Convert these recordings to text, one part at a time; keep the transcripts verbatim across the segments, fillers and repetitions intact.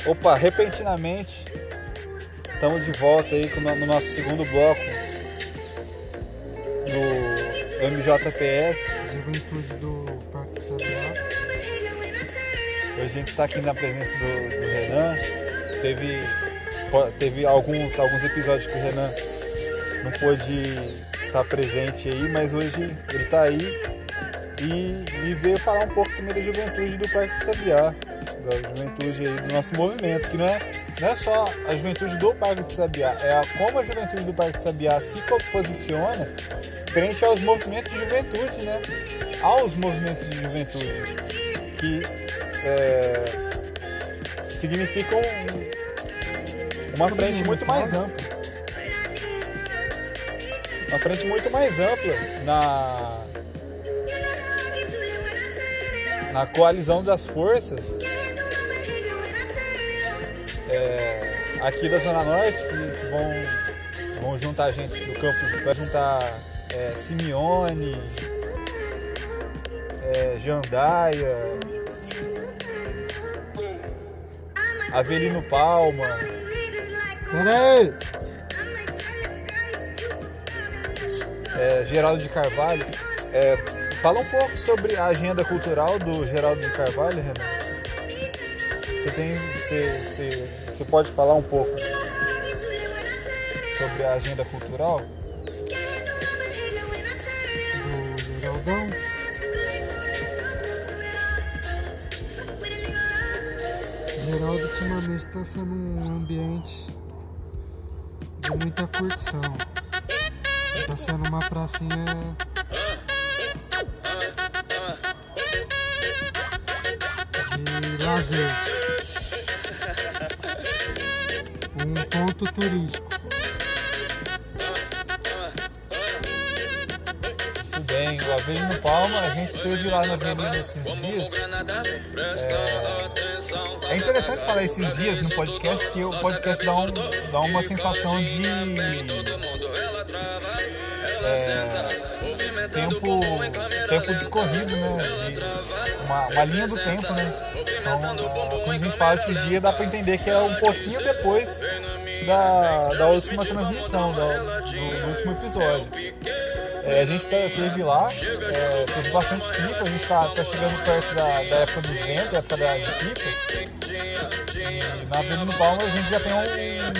Opa, repentinamente estamos de volta aí no nosso segundo bloco do M J P S, Juventude do Parque do Sabiá. Hoje a gente está aqui na presença do, do Renan. Teve, teve alguns, alguns episódios que o Renan não pôde estar presente aí, mas hoje ele está aí e, e veio falar um pouco também da juventude do Parque do Sabiá, da juventude aí do nosso movimento, que não é, não é só a juventude do Parque do Sabiá, é a, como a juventude do Parque do Sabiá se posiciona frente aos movimentos de juventude, né? Aos movimentos de juventude, que é, significam uma frente muito mais ampla. Uma frente muito mais ampla na, na coalizão das forças é, aqui da Zona Norte, que, que vão, vão juntar gente do campus, vai juntar é, Simeone, é, Jandaia, Avelino Palma. Peraí! É, Geraldo de Carvalho. É, fala um pouco sobre a agenda cultural do Geraldo de Carvalho, Renan. Você tem, você, você, você pode falar um pouco sobre a agenda cultural? Do Geraldão. Geraldo ultimamente está sendo um ambiente de muita curtição. Está sendo uma pracinha de lazer. Um ponto turístico. Tudo bem, o Avelino Palma, a gente esteve lá na Avelino esses dias. É, é interessante falar esses dias no podcast, que o podcast dá, um, dá uma sensação de é, tempo, tempo discorrido, né? De uma, uma linha do tempo, né? Então, quando a gente fala esses dias, dá para entender que é um pouquinho depois da, da última transmissão, da, do, do último episódio. É, a gente teve lá, é, teve bastante pipa, a gente está tá chegando perto da, da época dos ventos, época da de pipa. E na Avelino Palma a gente já tem um,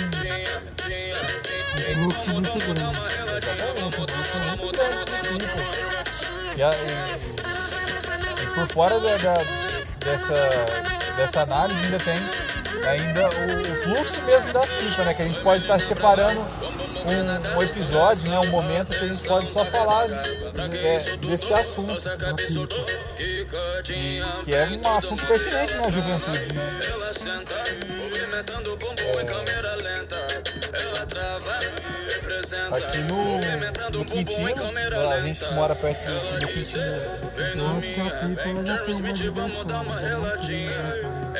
um fluxo muito grande. Exatamente, um fluxo muito grande de pipas. E, a, e, e por fora da, da, dessa, dessa análise ainda tem ainda o, o fluxo mesmo das pipas, né? Que a gente pode estar separando Um, um episódio, né, um momento que a gente pode só falar é, desse assunto da pipa, que, que é um assunto pertinente na juventude, né? É, aqui no, no Quintino, a gente mora perto do, do Quintino. Eu acho que a pipa ela já foi uma diversão, mas é muito linda, né, cara?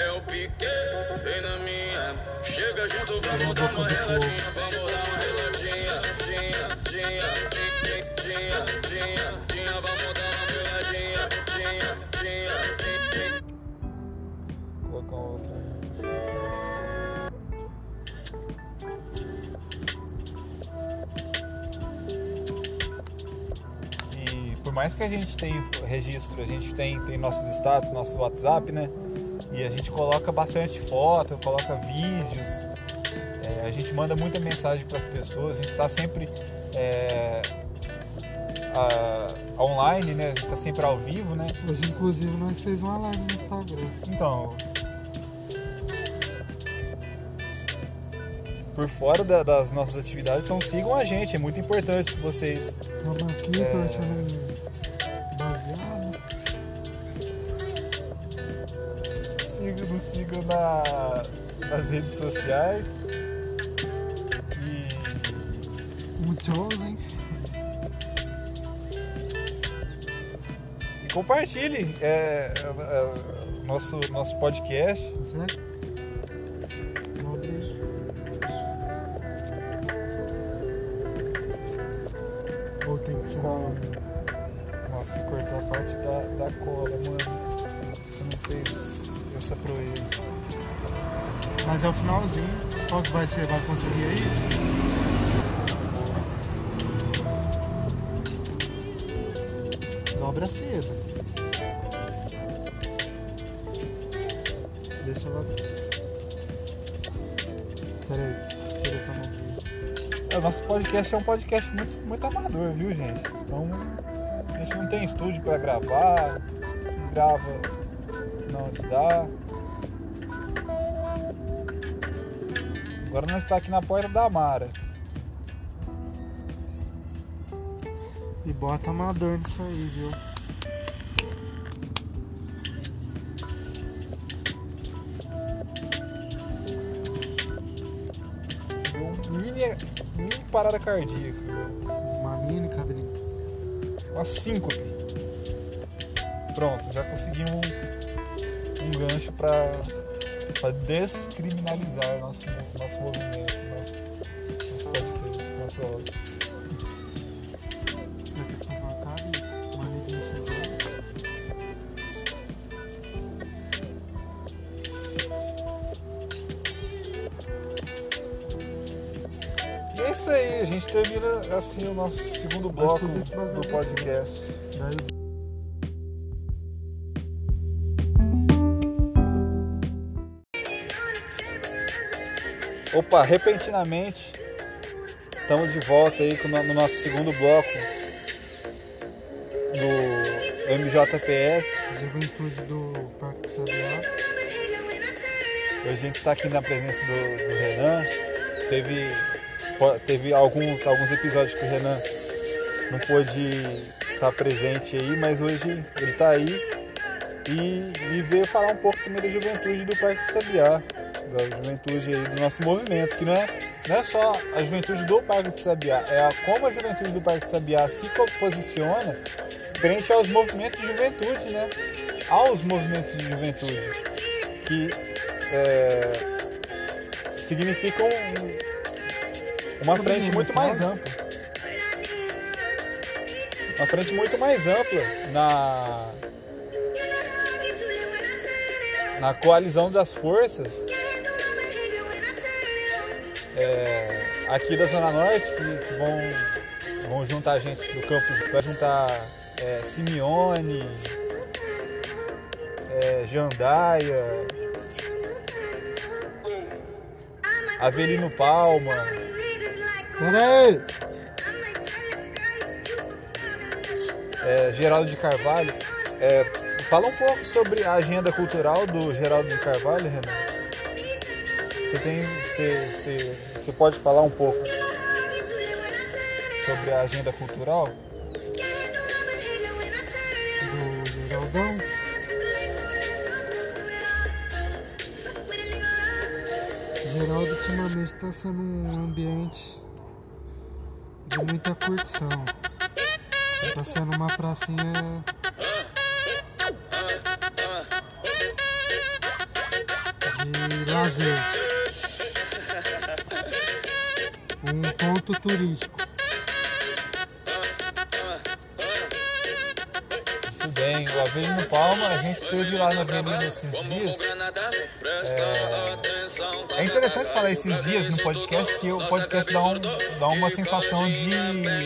Pela boca do povo. Vou colocar outra. E por mais que a gente tenha registro, a gente tem, tem nossos status, nosso WhatsApp, né? E a gente coloca bastante foto, coloca vídeos, é, a gente manda muita mensagem para as pessoas, a gente está sempre é, a, online, né? A gente está sempre ao vivo, né? Hoje, inclusive, nós fizemos uma live no Instagram. Então, por fora da, das nossas atividades, então sigam a gente, é muito importante que vocês... Estamos aqui, É... tô achando um baseado. Sigam, nos sigam na, nas redes sociais. E... Um Chosen. E compartilhe é, é, é, nosso, nosso podcast. Certo? Ou tem que ser Com... Nossa, cortou a parte da, da cola, mano. Você não fez essa proeza. Mas é o finalzinho. Qual que vai ser? Vai conseguir aí? Dobra cedo. Deixa ela. Pera aí. Deixa eu ver O nosso podcast é um podcast muito, muito amador, viu, gente? Então, a gente não tem estúdio pra gravar, grava não onde dá. Agora nós estamos aqui na porta da Amara. E bota amador nisso aí, viu? Um mini, mini parada cardíaca. Uma mini cabelinho. Uma síncope. Pronto, já conseguimos um, um gancho para descriminalizar nosso, nosso movimento, nosso, nosso podcast, nosso áudio. Vai ter que fazer uma cara e uma neguinha chegando. E é isso aí, a gente termina assim o nosso segundo bloco do podcast. Opa, repentinamente estamos de volta aí no nosso segundo bloco do M J P S. Juventude do Parque do Sabiá. Hoje a gente está aqui na presença do, do Renan. Teve, teve alguns, alguns episódios que o Renan não pôde estar presente aí, mas hoje ele está aí e, e veio falar um pouco também da juventude do Parque do Sabiá. Da juventude aí do nosso movimento, que não é, não é só a juventude do Parque do Sabiá, é a, como a juventude do Parque do Sabiá se posiciona frente aos movimentos de juventude, né? Aos movimentos de juventude, que é, significam uma frente muito mais ampla. Uma frente muito mais ampla na, na coalizão das forças É, aqui da Zona Norte, que, que vão, vão juntar gente do campus, vai juntar é, Simeone, é, Jandaia, Avelino Palma. Peraí! É, Geraldo de Carvalho. É, fala um pouco sobre a agenda cultural do Geraldo de Carvalho, Renan. Você tem, você, você, você pode falar um pouco sobre a agenda cultural? Do Geraldão? Geraldo ultimamente está sendo um ambiente de muita curtição. Está sendo uma pracinha de lazer. Um ponto turístico. Muito bem, o Avelino Palma, a gente esteve lá na Avenida esses dias. É, é interessante falar esses dias no podcast, que o podcast dá, um, dá uma sensação de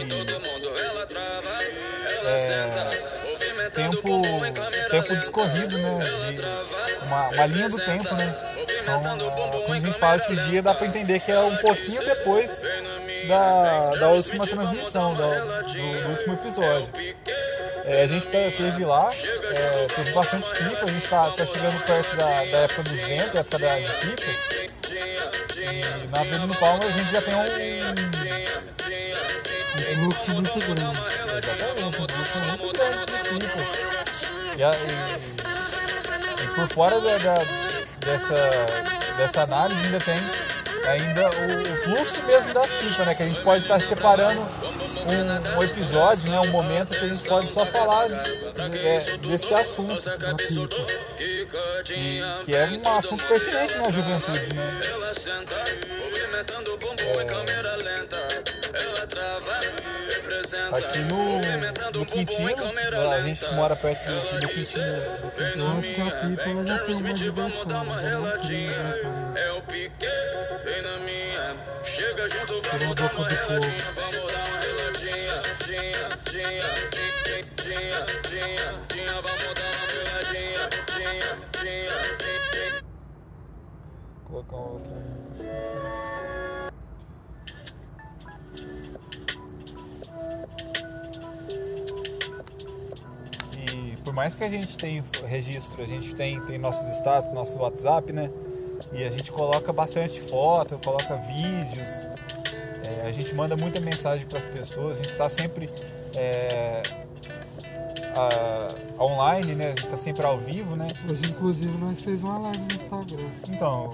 é, tempo, tempo discorrido, né? De uma, uma linha do tempo, né? Então, quando a gente fala esses dias, dá para entender que é um pouquinho depois da, da última transmissão, da, do, do último episódio. É, a gente esteve lá, é, teve bastante pipa, a gente está tá chegando perto da, da época dos ventos, da época da pipa. E na Avenida Palma a gente já tem um, um fluxo muito grande. Exatamente, um fluxo muito grande de pipas. E, a, e, e por fora da, da, dessa, dessa análise ainda tem ainda o, o fluxo mesmo das pipas, né? Que a gente pode estar separando um, um episódio, né? Um momento que a gente pode só falar é, desse assunto da pipa. Que, que é um assunto pertinente na juventude, né? É... aqui no, no Quintino, a gente mora perto do, do Quintino. Eu acho que a pipa ela já foi uma diversão, mas é uma crime, né, cara? Pela boca do povo. Vou colocar outra música. E por mais que a gente tenha registro, a gente tem, tem nossos status, nosso WhatsApp, né? E a gente coloca bastante foto, coloca vídeos, é, a gente manda muita mensagem para as pessoas, a gente está sempre é, a, online, né? A gente está sempre ao vivo, né? Hoje, inclusive, nós fizemos uma live no Instagram. Então,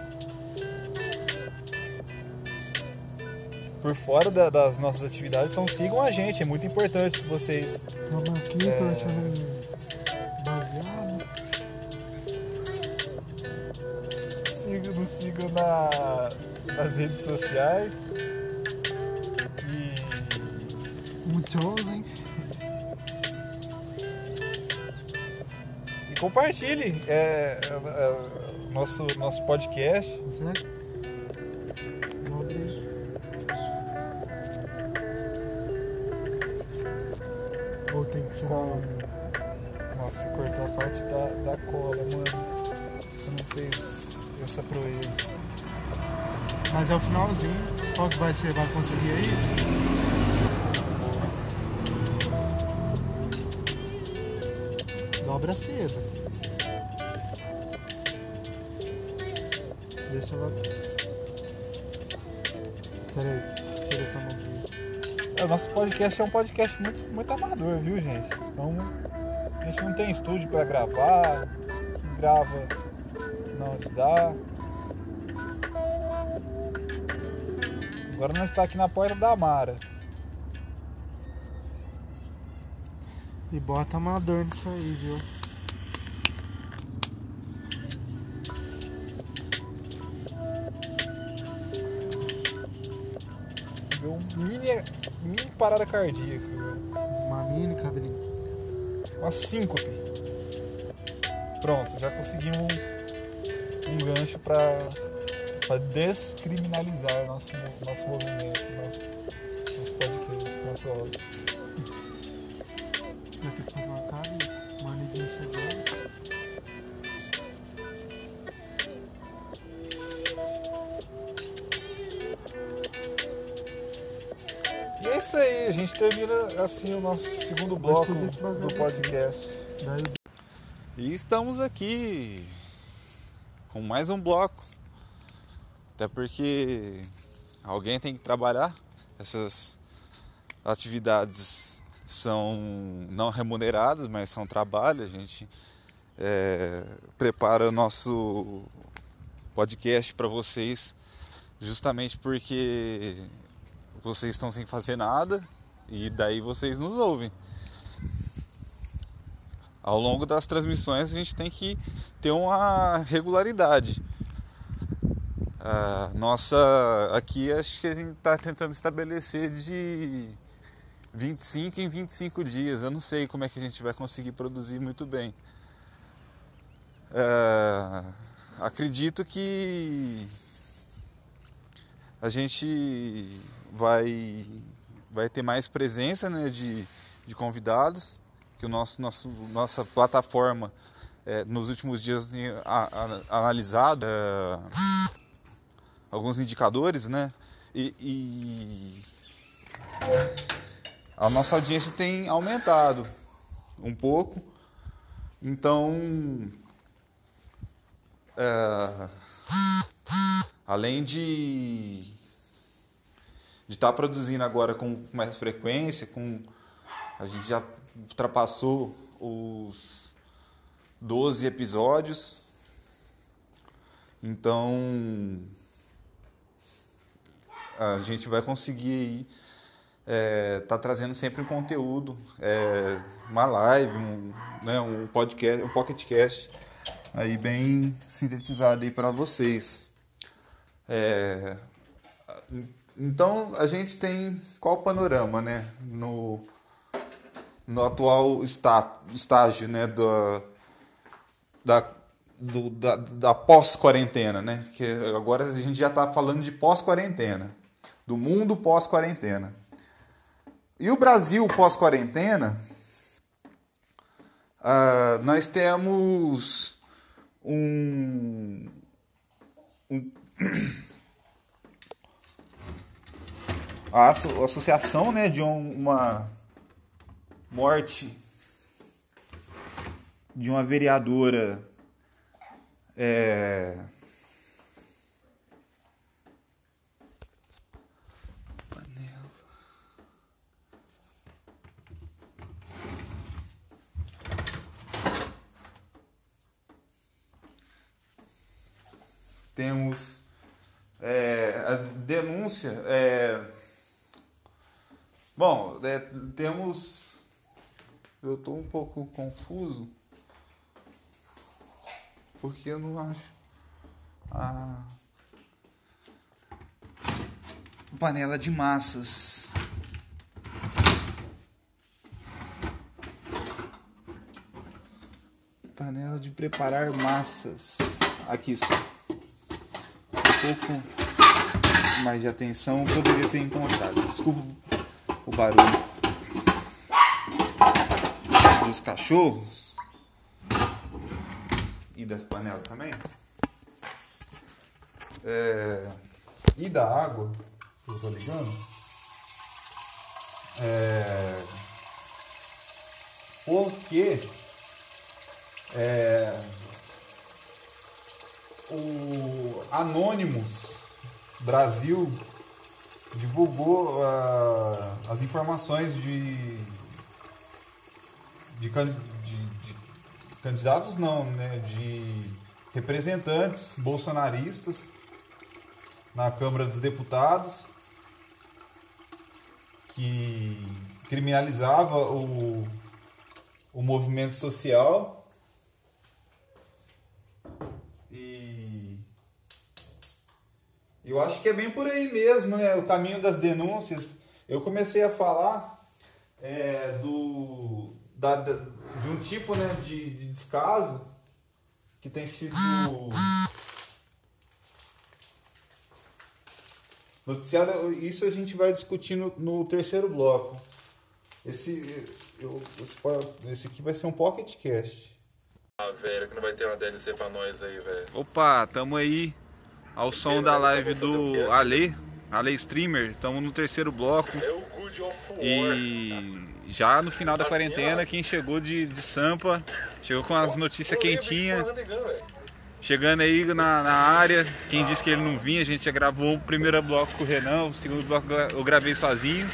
por fora da, das nossas atividades, então sigam a gente, é muito importante que vocês... Estamos aqui, É... tô achando um baseado. Sigam, nos sigam na, nas redes sociais. E... Muitos, hein? E compartilhe é, é, é, nosso, nosso podcast. Certo? Ou tem que ser Com... Nossa, cortou a parte da, da cola, mano. Você não fez essa proeza. Mas é o finalzinho. Qual que vai ser? Vai conseguir aí? Dobra cedo. Deixa ela. Pera aí. Tira essa mão aqui. O nosso podcast é um podcast muito, muito amador, viu, gente? Então, a gente não tem estúdio pra gravar, grava não onde dá. Agora nós estamos aqui na porta da Amara. E bota amador nisso aí, viu? Deu um mini, mini parada cardíaca. Uma mini cabelinho. Uma síncope. Pronto, já conseguimos um, um gancho pra, pra descriminalizar nosso, nosso movimento, nosso, nosso podcast, nossa obra. Vai ter que fazer uma cara. Uma amiguinha chegou. E é isso aí, a gente termina assim o nosso segundo bloco do podcast. E estamos aqui com mais um bloco. Até porque alguém tem que trabalhar. Essas atividades são não remuneradas, mas são trabalho. A gente é, prepara o nosso podcast para vocês justamente porque vocês estão sem fazer nada e daí vocês nos ouvem. Ao longo das transmissões a gente tem que ter uma regularidade. A nossa, aqui acho que a gente está tentando estabelecer de vinte e cinco em vinte e cinco dias. Eu não sei como é que a gente vai conseguir produzir muito bem. É, acredito que a gente vai, vai ter mais presença, né, de, de convidados, que o nosso, nosso, nossa plataforma é, nos últimos dias tem a, a, analisado é, alguns indicadores, né, e, e a nossa audiência tem aumentado um pouco, então é, além de de estar tá produzindo agora com mais frequência, com a gente já ultrapassou os doze episódios, então a gente vai conseguir aí é, tá trazendo sempre um conteúdo, é, uma live, um, né, um podcast, um pocketcast aí bem sintetizado aí para vocês. É, então a gente tem qual o panorama, né? No, no atual está, estágio, né? Da, da, do, da, da pós-quarentena, né? Que agora a gente já está falando de pós-quarentena, do mundo pós-quarentena. E o Brasil pós-quarentena, uh, nós temos um, um a associação, né, de uma morte de uma vereadora é, temos é, a denúncia. É, bom, é, temos. Eu estou um pouco confuso porque eu não acho a panela de massas. Panela de preparar massas. Aqui só. Um pouco mais de atenção eu poderia ter encontrado. Desculpa o barulho dos cachorros e das panelas também. É, e da água que eu tô ligando. É, porque é, o Anonymous Brasil divulgou uh, as informações de, de, de, de candidatos não, né, de representantes bolsonaristas na Câmara dos Deputados que criminalizava o, o movimento social. Eu acho que é bem por aí mesmo, né? O caminho das denúncias. Eu comecei a falar é, do, da, da, de um tipo, né, de, de descaso que tem sido noticiado. Isso a gente vai discutir no, no terceiro bloco. Esse, eu, esse, esse aqui vai ser um Pocket Cast. Ah, velho, que não vai ter uma D L C pra nós aí, velho. Opa, tamo aí. Ao som da live do Ale, Ale Streamer, estamos no terceiro bloco. E já no final da quarentena, quem chegou de, de Sampa, chegou com as notícias quentinhas. Chegando aí na, na área, quem disse que ele não vinha, a gente já gravou o primeiro bloco com o Renan, o segundo bloco eu gravei sozinho.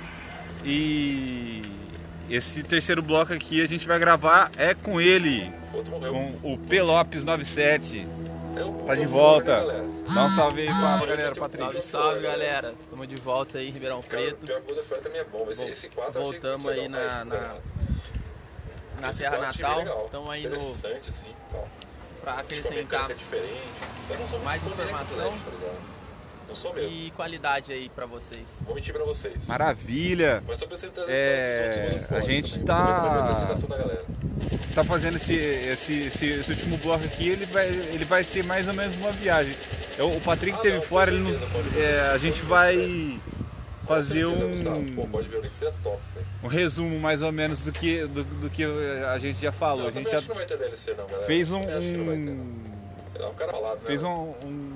E esse terceiro bloco aqui a gente vai gravar é com ele, com o P Lopes noventa e sete. Tá de volta. Dá um salve aí pra, pra galera, Patrick. Salve, salve, galera. Tamo de volta aí, Ribeirão Preto. Voltamos aí na, na, na Serra Natal. Tamo aí no... pra acrescentar mais informação e qualidade aí pra vocês. Vou mentir pra vocês. Maravilha. Mas tô apresentando é, a gente tá... tá fazendo esse, esse, esse, esse último bloco aqui, ele vai, ele vai ser mais ou menos uma viagem. Eu, o Patrick ah, teve não, fora, ele não, é, a gente vai fazer um, Pô, pode ver o link, é top, um resumo mais ou menos do que, do, do que a gente já falou. Não, a gente já não vai ter D L C, não, galera. Fez um, um, é um cara falado, né, fez um, um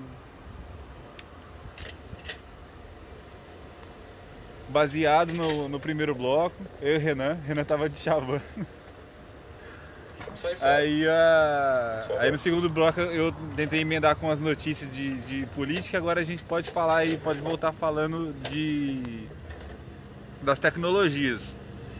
baseado no, no primeiro bloco. Eu e o Renan, o Renan tava de chavando. Aí, a... aí no segundo bloco eu tentei emendar com as notícias de, de política. Agora a gente pode falar aí, pode voltar falando de das tecnologias.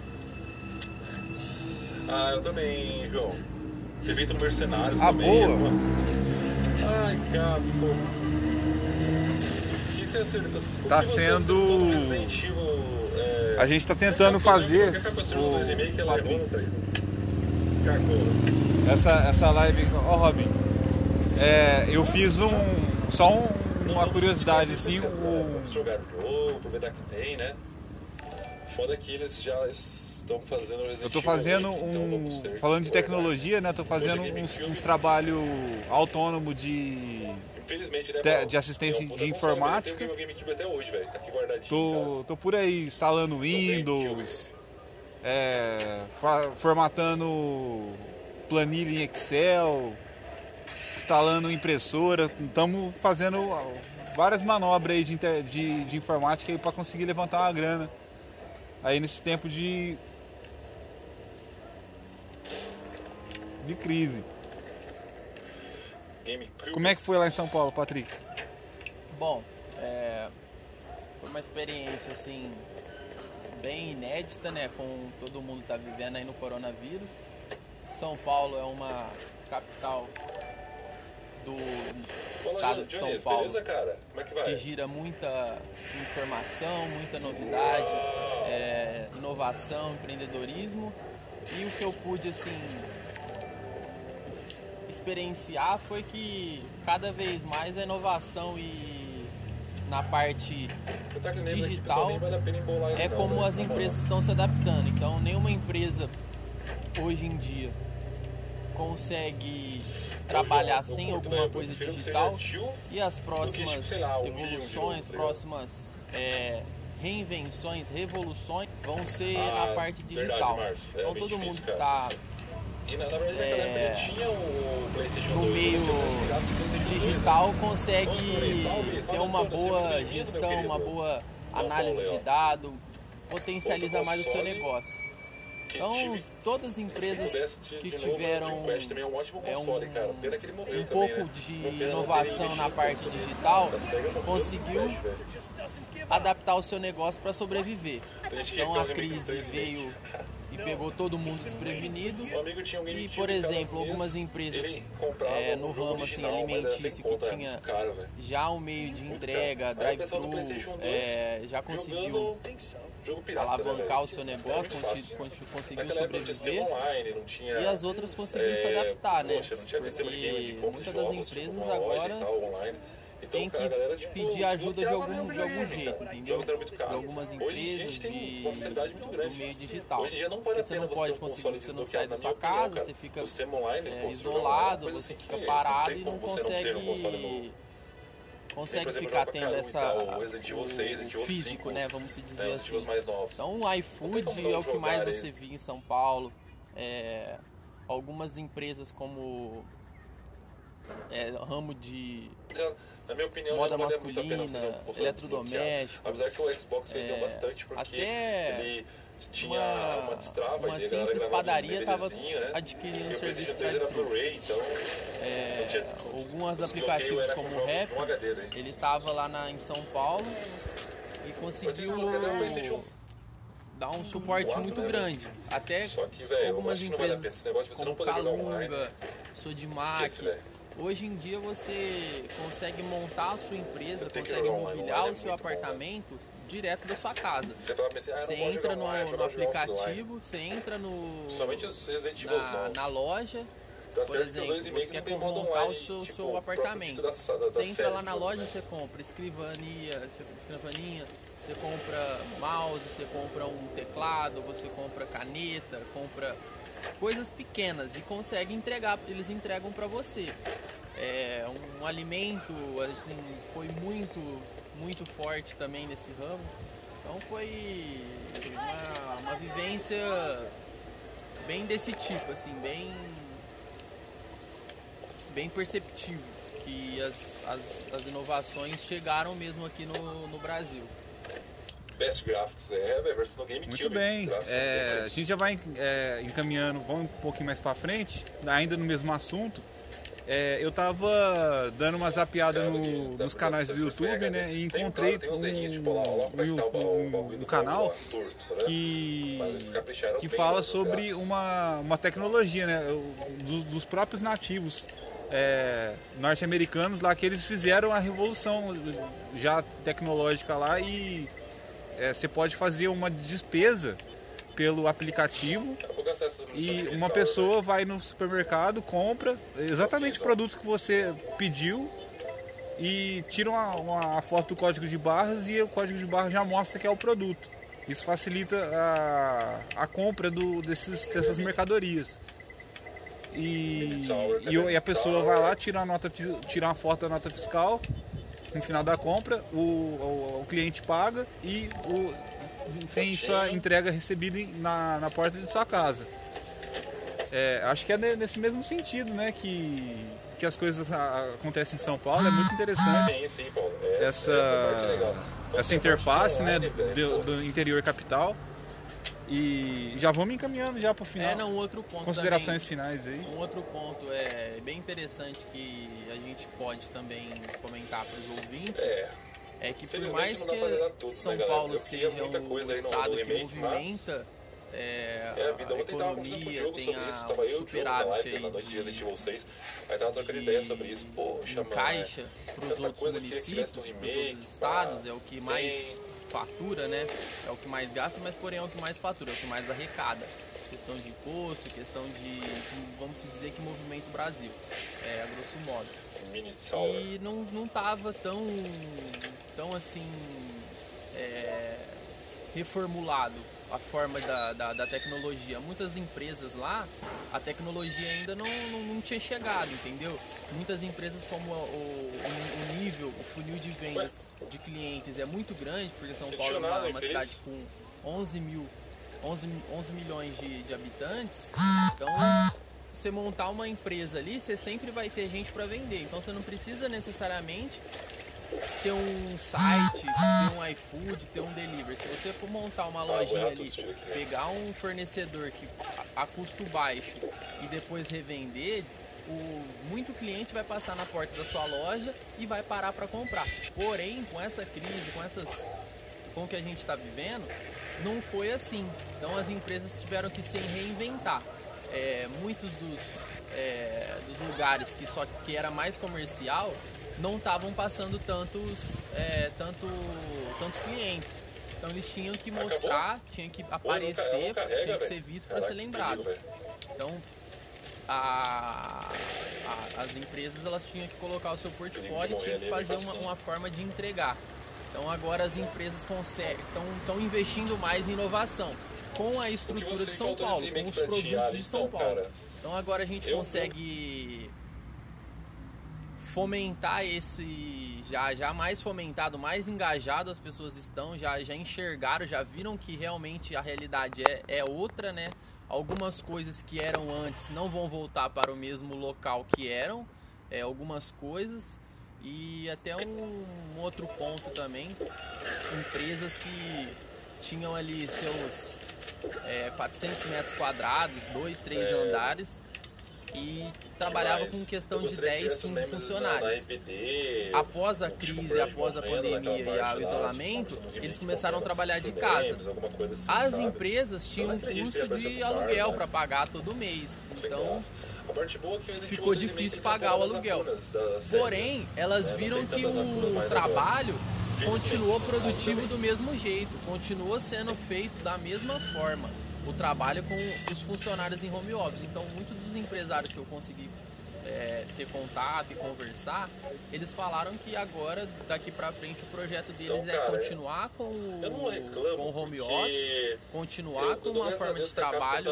Ah, eu também, João. Evento Mercenários ah, também. Boa. Mano. Ai, cara, pô. O que você acertou? Tá sendo... É... A gente tá tentando fazer... O... Essa, essa live... Ó, oh, Robin. É, eu fiz um... Só um, uma curiosidade, assim, o... jogar o jogo, aproveitar que tem, né? Foda que eles já estão fazendo... Eu tô fazendo um... Então falando de tecnologia, né? Tô fazendo uns, uns trabalhos autônomos de... Infelizmente, né, de, de assistência de informática. Eu tenho meu GameCube até hoje, velho. Tá aqui guardadinho. Tô, tô por aí instalando Windows, é, formatando planilha em Excel, instalando impressora. Estamos fazendo várias manobras aí de, de, de informática aí para conseguir levantar uma grana. Aí nesse tempo de, de crise. Como é que foi lá em São Paulo, Patrick? Bom, é, foi uma experiência assim bem inédita, né? Com todo mundo tá vivendo aí no coronavírus. São Paulo é uma capital do estado de São Paulo que gira muita informação, muita novidade, é, inovação, empreendedorismo. E o que eu pude assim experienciar foi que cada vez mais a inovação e na parte digital é como as empresas estão se adaptando. Então nenhuma empresa hoje em dia consegue trabalhar sem alguma coisa digital, e as próximas evoluções, próximas é, reinvenções, revoluções vão ser na parte digital. Então todo mundo que está E na, na verdade, é, naquela época tinha o PlayStation no dois, meio digital consegue salve, ter uma boa gestão, uma boa análise de dados, potencializa mais o seu negócio. Então, todas as empresas que tiveram é, um, um pouco de inovação na parte digital conseguiu adaptar o seu negócio para sobreviver. Então, a crise veio e pegou todo mundo desprevenido. E, por exemplo, algumas empresas é, no ramo assim, alimentício que tinha já um meio de entrega, drive-thru, é, já conseguiu alavancar o seu negócio, conseguiu sobreviver, e as outras conseguiram se adaptar, né? Porque muitas das empresas agora tem que pedir ajuda de algum, de algum jeito, entendeu? De algumas empresas, de, do meio digital. Porque você não pode conseguir, você não sai da sua casa, você fica é, isolado, você fica parado e não consegue... consegue ficar tendo essa o físico, né, vamos se dizer assim. Então o iFood é o que mais você vê em São Paulo. É, algumas empresas como é, ramo de na minha opinião, moda masculina, eletrodomésticos, apesar que o Xbox vendeu é, bastante porque até ele tinha uma, uma destrava, uma simples padaria estava né? adquirindo e serviço de drive-thru, drive-thru. então É, tinha, alguns aplicativos como o Rap, ele estava lá na, em São Paulo e conseguiu dar um suporte quatro, muito né, grande. Até que, véio, algumas empresas como Calunga, Sodimac. Hoje em dia você consegue montar a sua empresa, consegue mobiliar o seu apartamento direto da sua casa. Você, assim, ah, você entra no, online, no aplicativo, você entra no, na, na loja. Tá, por exemplo, você quer montar online, o seu, tipo, seu apartamento. Da, da, da você entra lá na loja, né? Você compra escrivania, escrivaninha, você compra mouse, você compra um teclado, você compra caneta, compra coisas pequenas e consegue entregar, eles entregam para você. É, um, um alimento, assim, foi muito, muito forte também nesse ramo. Então foi uma, uma vivência bem desse tipo, assim, bem bem perceptível que as, as, as inovações chegaram mesmo aqui no, no Brasil. Best Graphics é, é versão no GameCube. Muito bem, é, a gente já vai é, encaminhando, vamos um pouquinho mais para frente, ainda no mesmo assunto. É, eu tava dando uma zapeada no, nos canais do YouTube, né, e encontrei um, um, um canal que, que fala sobre uma, uma tecnologia, né, dos, dos próprios nativos é, norte-americanos lá, que eles fizeram a revolução já tecnológica lá, e é, você pode fazer uma despesa pelo aplicativo e uma pessoa vai no supermercado, compra exatamente o produto que você pediu e tira uma, uma foto do código de barras e o código de barras já mostra que é o produto. Isso facilita a, a compra do, desses, dessas mercadorias. E, e, e a pessoa vai lá, tira uma, nota, tira uma foto da nota fiscal no final da compra, o, o, o cliente paga e o, tem sua entrega recebida na, na porta de sua casa. É, acho que é nesse mesmo sentido, né, que, que as coisas acontecem em São Paulo. É muito interessante. Sim, sim, Paulo. Essa, essa, essa interface, né, do, do interior capital. E já vamos encaminhando já para o final. É, não, um outro ponto Considerações também, finais aí. Um outro ponto é bem interessante que a gente pode também comentar para os ouvintes. É. É que por mais que tudo, São né, Paulo seja um estado que movimenta é, é, a, vida, a economia, tem a superávit aí de, aí tava trocando ideia sobre isso. Poxa, em caixa para os outros municípios, para os outros estados, pá, é o que mais tem... fatura, né? É o que mais gasta, mas porém é o que mais fatura, é o que mais arrecada. Questão de imposto, questão de, vamos dizer que movimenta o Brasil, é, a grosso modo. E não, não tava tão, tão assim, é, reformulado a forma da, da, da tecnologia. Muitas empresas lá, a tecnologia ainda não, não, não tinha chegado, entendeu? Muitas empresas, como o, o, o nível, o funil de vendas de clientes é muito grande, porque São Paulo é uma, uma cidade com onze mil, onze, onze milhões de, de habitantes, então você montar uma empresa ali, você sempre vai ter gente para vender, então você não precisa necessariamente ter um site, ter um iFood, ter um delivery. Se você for montar uma lojinha ali, pegar um fornecedor que a custo baixo e depois revender, o, muito cliente vai passar na porta da sua loja e vai parar para comprar. Porém, com essa crise, com essas, com o que a gente está vivendo, não foi assim. Então as empresas tiveram que se reinventar. É, muitos dos, é, dos lugares que só que era mais comercial não estavam passando tantos, é, tanto, tantos clientes. Então eles tinham que mostrar, tinham que aparecer, tinha que ser visto para ser lembrado. Então a, a, as empresas elas tinham que colocar o seu portfólio e tinham que fazer uma, uma forma de entregar. Então agora as empresas estão investindo mais em inovação com a estrutura de São Paulo, com os produtos de São Paulo. Então agora a gente consegue fomentar esse, já, já mais fomentado, mais engajado as pessoas estão, já, já enxergaram, já viram que realmente a realidade é, é outra, né? Algumas coisas que eram antes não vão voltar para o mesmo local que eram, é, algumas coisas, e até um, um outro ponto também, empresas que tinham ali seus é, quatrocentos metros quadrados, dois, três é. andares, e trabalhava com questão de dez, quinze funcionários. Após a crise, após a pandemia e o isolamento, eles começaram a trabalhar de casa. As empresas tinham um custo de aluguel para pagar todo mês, então ficou difícil pagar o aluguel. Porém, elas viram que o trabalho continuou produtivo do mesmo jeito, continuou sendo feito da mesma forma. O trabalho com os funcionários em home office. Então, muitos dos empresários que eu consegui é, ter contato e conversar, eles falaram que agora, daqui pra frente, o projeto deles então, cara, é continuar com o, reclamo, com o home office, continuar com uma forma de trabalho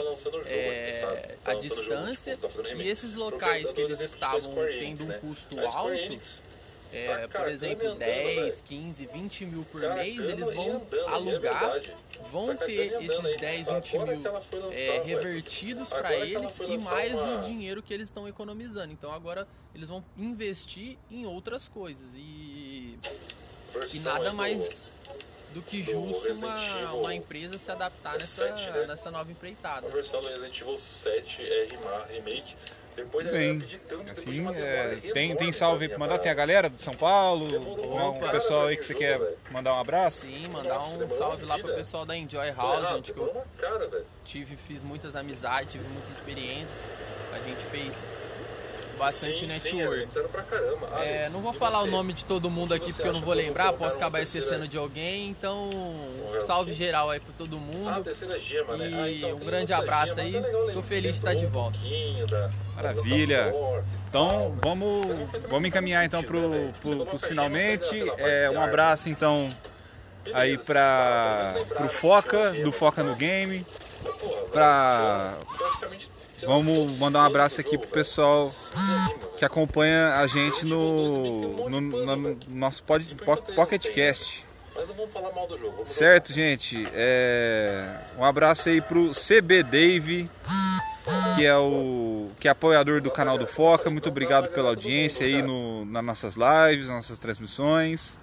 é, à distância, e esses locais que eles estavam tendo um custo alto, É, por exemplo, dez, quinze, vinte mil por mês, eles vão alugar, vão ter esses dez, vinte mil é, revertidos para eles e mais o dinheiro que eles estão economizando. Então agora eles vão investir em outras coisas e, e nada mais do que justo uma, uma empresa se adaptar nessa, nessa nova empreitada. A versão do Resident Evil sete é remake. Depois Bem, pedir tanto, assim, é, tem, tem salve para mandar? Tem a galera de São Paulo? O pessoal aí que você quer mandar um abraço? Sim, mandar um salve lá pro pessoal da Enjoy House, onde que eu tive, fiz muitas amizades, tive muitas experiências. A gente fez bastante sim, network. Sim, é, pra caramba. Ah, é, não vou falar você? o nome de todo mundo aqui porque eu não vou lembrar, posso acabar esquecendo de alguém, então salve geral aí pra todo mundo. Ah, terceira gema, né? E ah, então, um grande abraço aí, tô feliz de estar de volta. Um da, Maravilha! Então vamos, vamos encaminhar então pro, pro, pros finalmente. É, um abraço então aí para pro Foca, do Foca no Game. Pra... Vamos mandar um abraço aqui pro pessoal que acompanha a gente no, no, no, no nosso pod, Pocket Cast. Certo, gente? É, um abraço aí pro C B Dave, que é o que é apoiador do canal do Foca. Muito obrigado pela audiência aí no, nas nossas lives, nas nossas transmissões.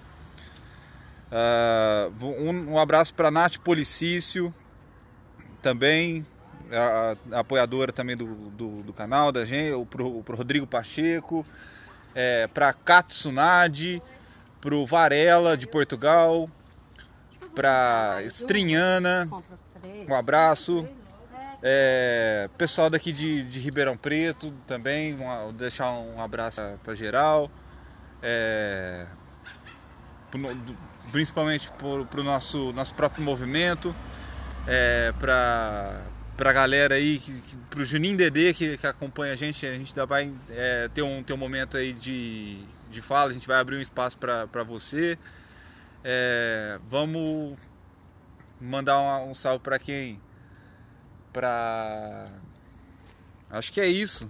Uh, um, um abraço para Nath Policício, também a, a apoiadora também do, do, do canal da gente, pro, pro Rodrigo Pacheco, é, para Katsunade, pro Varela de Portugal, para Strinhana, um abraço. É, pessoal daqui de, de Ribeirão Preto também, vou deixar um abraço para geral, é, principalmente para o nosso, nosso próprio movimento, é, para a galera aí, para o Juninho Dedê que, que acompanha a gente. A gente ainda vai é, ter, um, ter um momento aí de, de fala, a gente vai abrir um espaço para você. É, vamos mandar um, um salve para quem? Pra... Acho que é isso.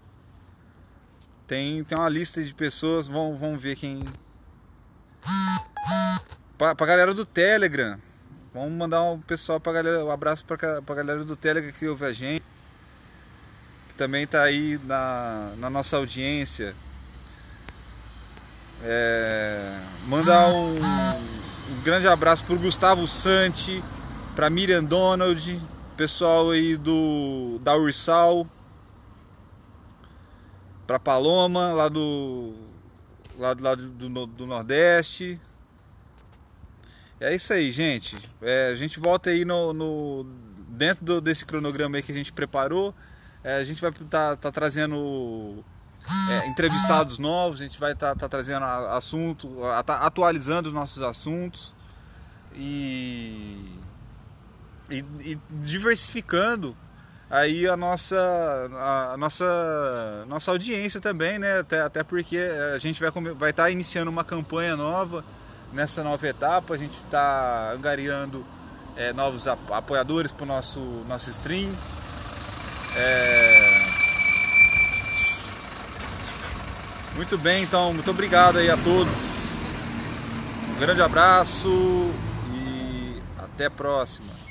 Tem, tem uma lista de pessoas, vamos, vamos ver quem... Pra, pra galera do Telegram. Vamos mandar um pessoal pra galera, um abraço pra, pra galera do Telegram que ouve a gente, que também tá aí na, na nossa audiência. É, mandar um, um grande abraço pro Gustavo Santi, pra Miriam Donald, pessoal aí do da Ursal, pra Paloma lá do lá, lá do, do, do Nordeste. É isso aí, gente. É, a gente volta aí no, no dentro do, desse cronograma aí que a gente preparou. É, a gente vai estar tá, tá trazendo é, entrevistados novos. A gente vai estar tá, tá trazendo assunto, tá atualizando os nossos assuntos e E, e diversificando aí a nossa, a, a nossa, nossa audiência também, né? Até, até porque a gente vai estar vai tá iniciando uma campanha nova nessa nova etapa. A gente está angariando é, novos apoiadores para o nosso, nosso stream. É... Muito bem, então, muito obrigado aí a todos. Um grande abraço e até a próxima.